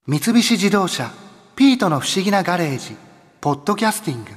三菱自動車ピートの不思議なガレージポッドキャスティング。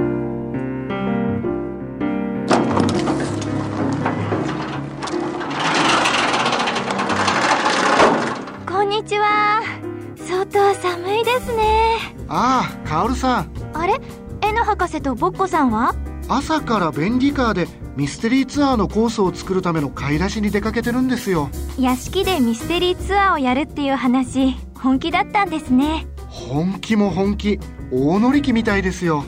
こんにちは。外寒いですね。 ああ、カオルさん。 あれ、N博士とボッコさんは？ 朝から便利カーでミステリーツアーのコースを作るための買い出しに出かけてるんですよ。 屋敷でミステリーツアーをやるっていう話、本気だったんですね。 本気も本気、大乗り気みたいですよ。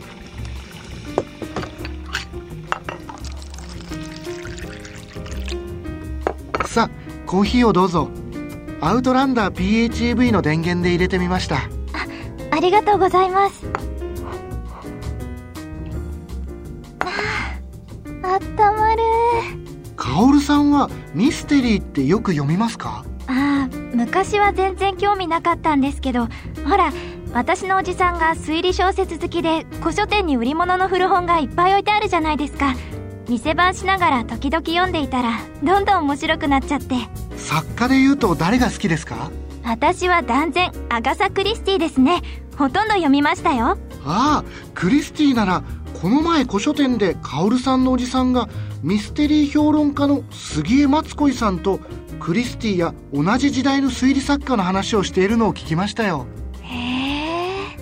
さあ、コーヒーをどうぞ。アウトランダー PHEV の電源で入れてみました。 ありがとうございます。あったまる。 カオルさんはミステリーってよく読みますか？ 昔は全然興味なかったんですけど、ほら、私のおじさんが推理小説好きで、古書店に売り物の古本がいっぱい置いてあるじゃないですか。店番しながら時々読んでいたらどんどん面白くなっちゃって。 作家で言うと誰が好きですか？ 私は断然アガサ・クリスティですね。ほとんど読みましたよ。 ああ、クリスティならこの前古書店でカオルさんのおじさんがミステリー評論家の杉江松恋さんとクリスティや同じ時代の推理作家の話をしているのを聞きましたよ。 へえ。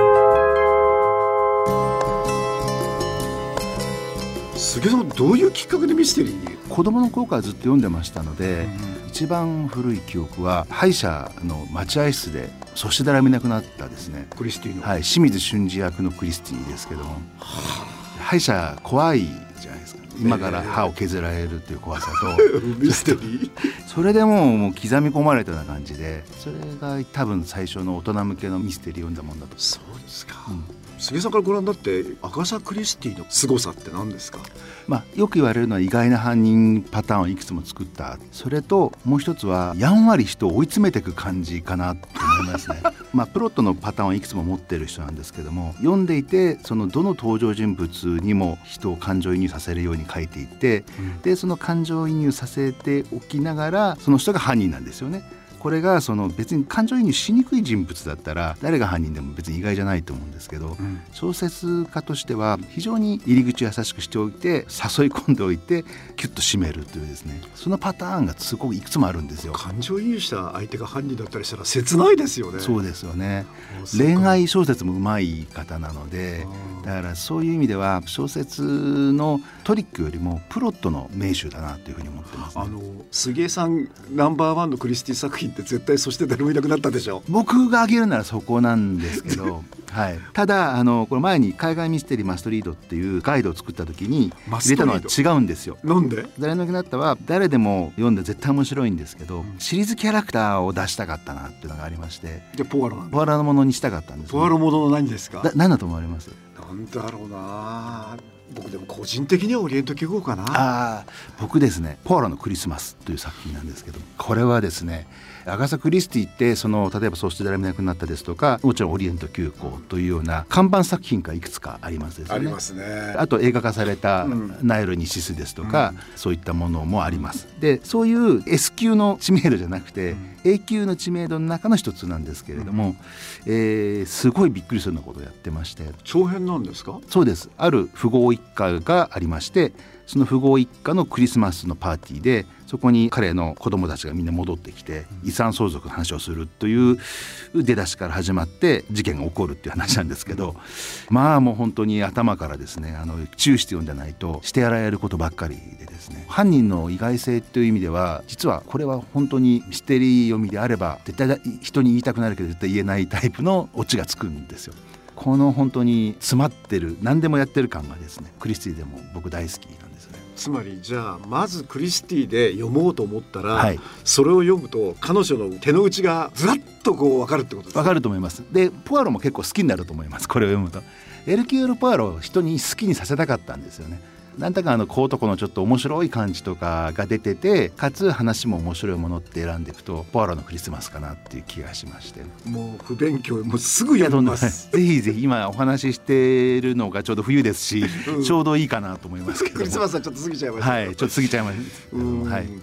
杉江さん、どういうきっかけでミステリーに？ 子供の頃からずっと読んでましたので、一番古い記憶は歯医者の待合室でそして誰もいなくなったですね。 クリスティの、 はい、清水俊二役のクリスティですけども、歯医者怖いじゃないですか。今から歯を削られるっていう怖さとミステリーそれでもう刻み込まれたような感じで、それが多分最初の大人向けのミステリーを読んだもんだと。 そうですか、杉江さんからご覧になってアガサ・クリスティの凄さって何ですか？ よく言われるのは意外な犯人パターンをいくつも作った。それともう一つはやんわり人を追い詰めていく感じかなと思いますねプロットのパターンをいくつも持ってる人なんですけども、読んでいてそのどの登場人物にも人を感情移入させるように書いていて、でその感情移入させておきながらその人が犯人なんですよね。これがその別に感情移入しにくい人物だったら誰が犯人でも別に意外じゃないと思うんですけど、小説家としては非常に入り口を優しくしておいて誘い込んでおいてキュッと締めるというですね、そのパターンがすごくいくつもあるんですよ。 感情移入した相手が犯人だったりしたら切ないですよね。 そうですよね。恋愛小説もうまい方なので、だからそういう意味では小説のトリックよりもプロットの名手だなというふうに思ってますね。 杉江さんナンバーワンのクリスティ作品って絶対そして誰もいなくなったでしょ。 僕が挙げるならそこなんですけどはい、ただこれ前に海外ミステリーマストリードっていうガイドを作った時に入れたのは違うんですよ。 なんで？ 誰の気になったは誰でも読んで絶対面白いんですけど、シリーズキャラクターを出したかったなっていうのがありまして、 じゃあポアロなんだ。 ポアロのものにしたかったんです、ね、 ポアロものの何ですか？ 何だと思われます？ なんだろうな。僕でも個人的にはオリエント急行かな。 僕ですね、ポアロのクリスマスという作品なんですけど、これはですねアガサ・クリスティって例えばそうして誰もいなくなったですとか、もちろんオリエント急行というような看板作品がいくつかありますですね。 ありますね。 あと映画化されたナイロにシスですとか、そういったものもあります。でそういう S 級の知名度じゃなくて、A 級の知名度の中の一つなんですけれども、すごいびっくりするようなことをやってまして。 長編なんですか？ そうです。ある富豪一家がありまして、その富豪一家のクリスマスのパーティーでそこに彼の子供たちがみんな戻ってきて遺産相続の話をするという出だしから始まって事件が起こるっていう話なんですけど、もう本当に頭からですね注意して読んでないとしてやられることばっかりでですね、犯人の意外性という意味では実はこれは本当にミステリー読みであれば絶対人に言いたくなるけど絶対言えないタイプのオチがつくんですよ。この本当に詰まってる何でもやってる感がですねクリスティでも僕大好きなんですね。 つまりじゃあまずクリスティで読もうと思ったら、それを読むと彼女の手の内がずらっと分かるってことですね。 分かると思います。でポアロも結構好きになると思います。これを読むとエルキュール・ポアロを人に好きにさせたかったんですよね。なんだか小男のちょっと面白い感じとかが出てて、かつ話も面白いものって選んでいくとポアロのクリスマスかなっていう気がしまして、 もう不勉強もうすぐ読みます。 ぜひぜひ今お話ししているのがちょうど冬ですし、ちょうどいいかなと思いますけど。 クリスマスはちょっと過ぎちゃいました。 ちょっと過ぎちゃいました。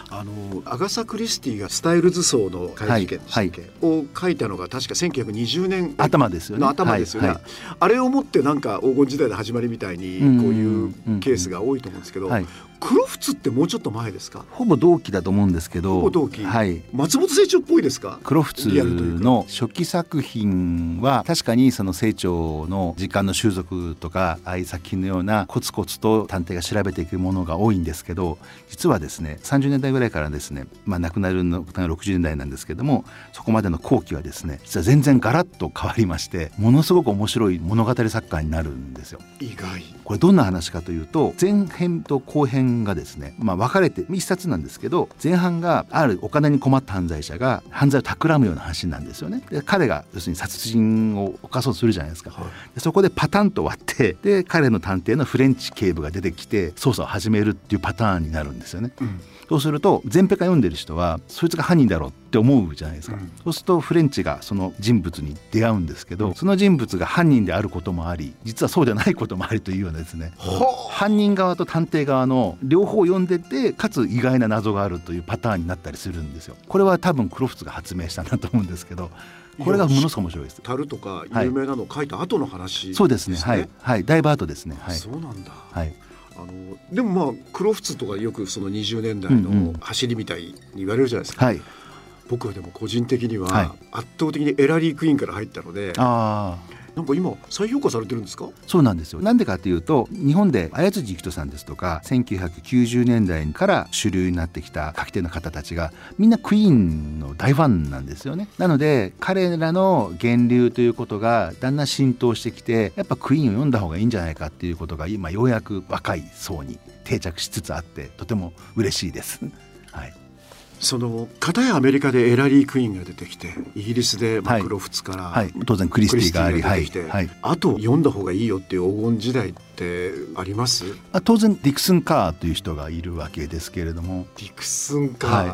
アガサ・クリスティがスタイルズ層の怪事件を書いたのが確か1920年頭ですよね。 頭ですよね、あれをもってなんか黄金時代の始まりみたいにこういうケースが多いと思うんですけど、クロフツってもうちょっと前ですか？ ほぼ同期だと思うんですけど。 ほぼ同期、松本清張っぽいですか？ クロフツの初期作品は確かにその清張の時間の習俗とかああいう作品のようなコツコツと探偵が調べていくものが多いんですけど、実はですね30年代ぐらいからですね、亡くなるのが60年代なんですけども、そこまでの後期はですね実は全然ガラッと変わりまして、ものすごく面白い物語作家になるんですよ。 意外。 これどんな話かというと、前編と後編がですね、分かれて一冊なんですけど、前半があるお金に困った犯罪者が犯罪を企むような話なんですよね。で彼が要するに殺人を犯そうとするじゃないですか、でそこでパタンと割って、で彼の探偵のフレンチ警部が出てきて捜査を始めるっていうパターンになるんですよね、そうすると前編から読んでる人はそいつが犯人だろうって思うじゃないですか、そうするとフレンチがその人物に出会うんですけど、その人物が犯人であることもあり、実はそうではないこともありというようなですね、犯人側と探偵側の両方読んでて、かつ意外な謎があるというパターンになったりするんですよ。これは多分クロフツが発明したんだと思うんですけど、これがものすごく面白いです。 樽とか有名なのを書いた後の話ですね。 そうですね、だいぶ後ですね。 そうなんだ。でもクロフツとかよくその20年代の走りみたいに言われるじゃないですか、僕はでも個人的には圧倒的にエラリー・クイーンから入ったので、なんか今再評価されてるんですか？ そうなんですよ。なんでかというと、日本で綾辻育人さんですとか1990年代から主流になってきた書き手の方たちがみんなクイーンの大ファンなんですよね。なので彼らの源流ということがだんだん浸透してきて、やっぱクイーンを読んだ方がいいんじゃないかっていうことが今ようやく若い層に定着しつつあって、とても嬉しいです。 その片やアメリカでエラリー・クイーンが出てきて、イギリスでクロフツから、 当然クリスティがあり、 出てきて、あと読んだ方がいいよっていう黄金時代ってあります？ 当然ディクスン・カーという人がいるわけですけれども、 ディクスン・カーって、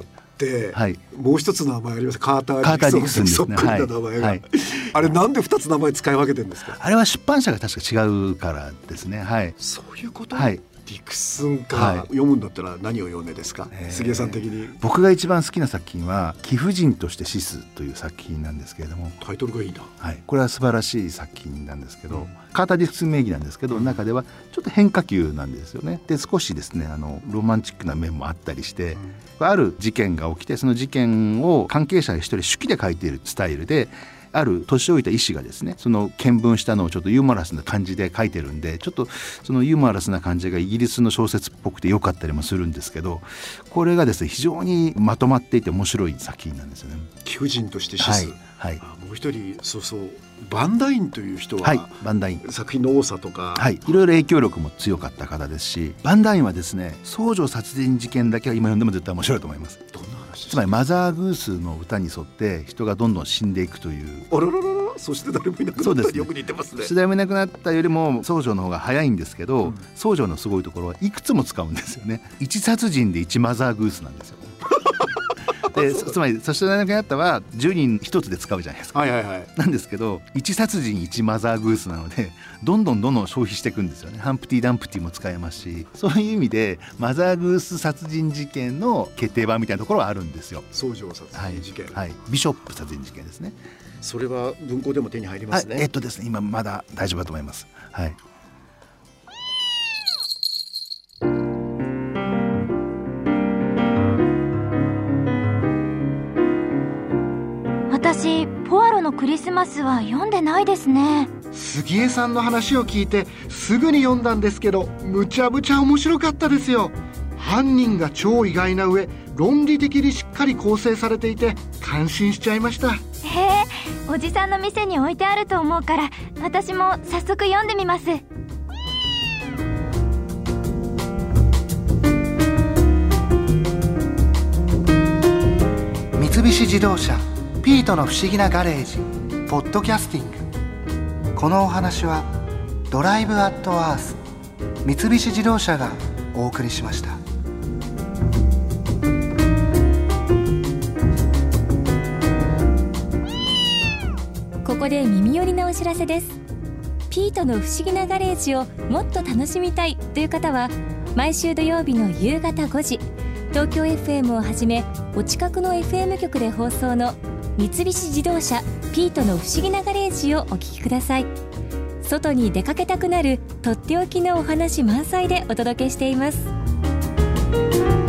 もう一つ名前あります。カーター・ディクスンですね。そっくりな名前が、あれなんで2つ名前使い分けてるんですか？ あれは出版社が確か違うからですね。 そういうこと。ディクスンか、読むんだったら何を読んでですか？杉江さん的に。 僕が一番好きな作品は貴婦人として死すという作品なんですけれども、 タイトルがいいな。 これは素晴らしい作品なんですけど、カーター・ディクスン名義なんですけど、中ではちょっと変化球なんですよね。で少しですねロマンチックな面もあったりして、ある事件が起きて、その事件を関係者が一人手記で書いているスタイルで、ある年老いた医師がですねその見聞したのをちょっとユーモラスな感じで書いてるんで、ちょっとそのユーモラスな感じがイギリスの小説っぽくて良かったりもするんですけど、これがですね非常にまとまっていて面白い作品なんですよね。 貴婦人として死す、もう一人バンダインという人は、 バンダイン作品の多さとか、 いろいろ影響力も強かった方ですし、バンダインはですね双女殺人事件だけは今読んでも絶対面白いと思います。 どんな話ですか？ つまりマザーグースの歌に沿って人がどんどん死んでいくという。 そして誰もいなくなったらよく似てますね。 誰もいなくなったよりも双女の方が早いんですけど、双女のすごいところはいくつも使うんですよね。1殺人で1マザーグースなんですよ。でつまりそして亡くなったは10人1つで使うじゃないですか、なんですけど1殺人1マザーグースなのでどんどん消費していくんですよね。ハンプティ・ダンプティも使えますし、そういう意味でマザーグース殺人事件の決定版みたいなところはあるんですよ。 双女殺人事件、 ビショップ殺人事件ですね。 それは文庫でも手に入りますね。 ですね、今まだ大丈夫だと思います。 私ポアロのクリスマスは読んでないですね。 杉江さんの話を聞いてすぐに読んだんですけど、むちゃむちゃ面白かったですよ。犯人が超意外な上、論理的にしっかり構成されていて感心しちゃいました。 へえ、おじさんの店に置いてあると思うから私も早速読んでみます。 三菱自動車ピートの不思議なガレージポッドキャスティング。このお話はドライブアットアース三菱自動車がお送りしました。 ここで耳寄りなお知らせです。ピートの不思議なガレージをもっと楽しみたいという方は、毎週土曜日の夕方5時東京 FM をはじめお近くの FM 局で放送の三菱自動車ピートの不思議なガレージをお聞きください。外に出かけたくなるとっておきのお話満載でお届けしています。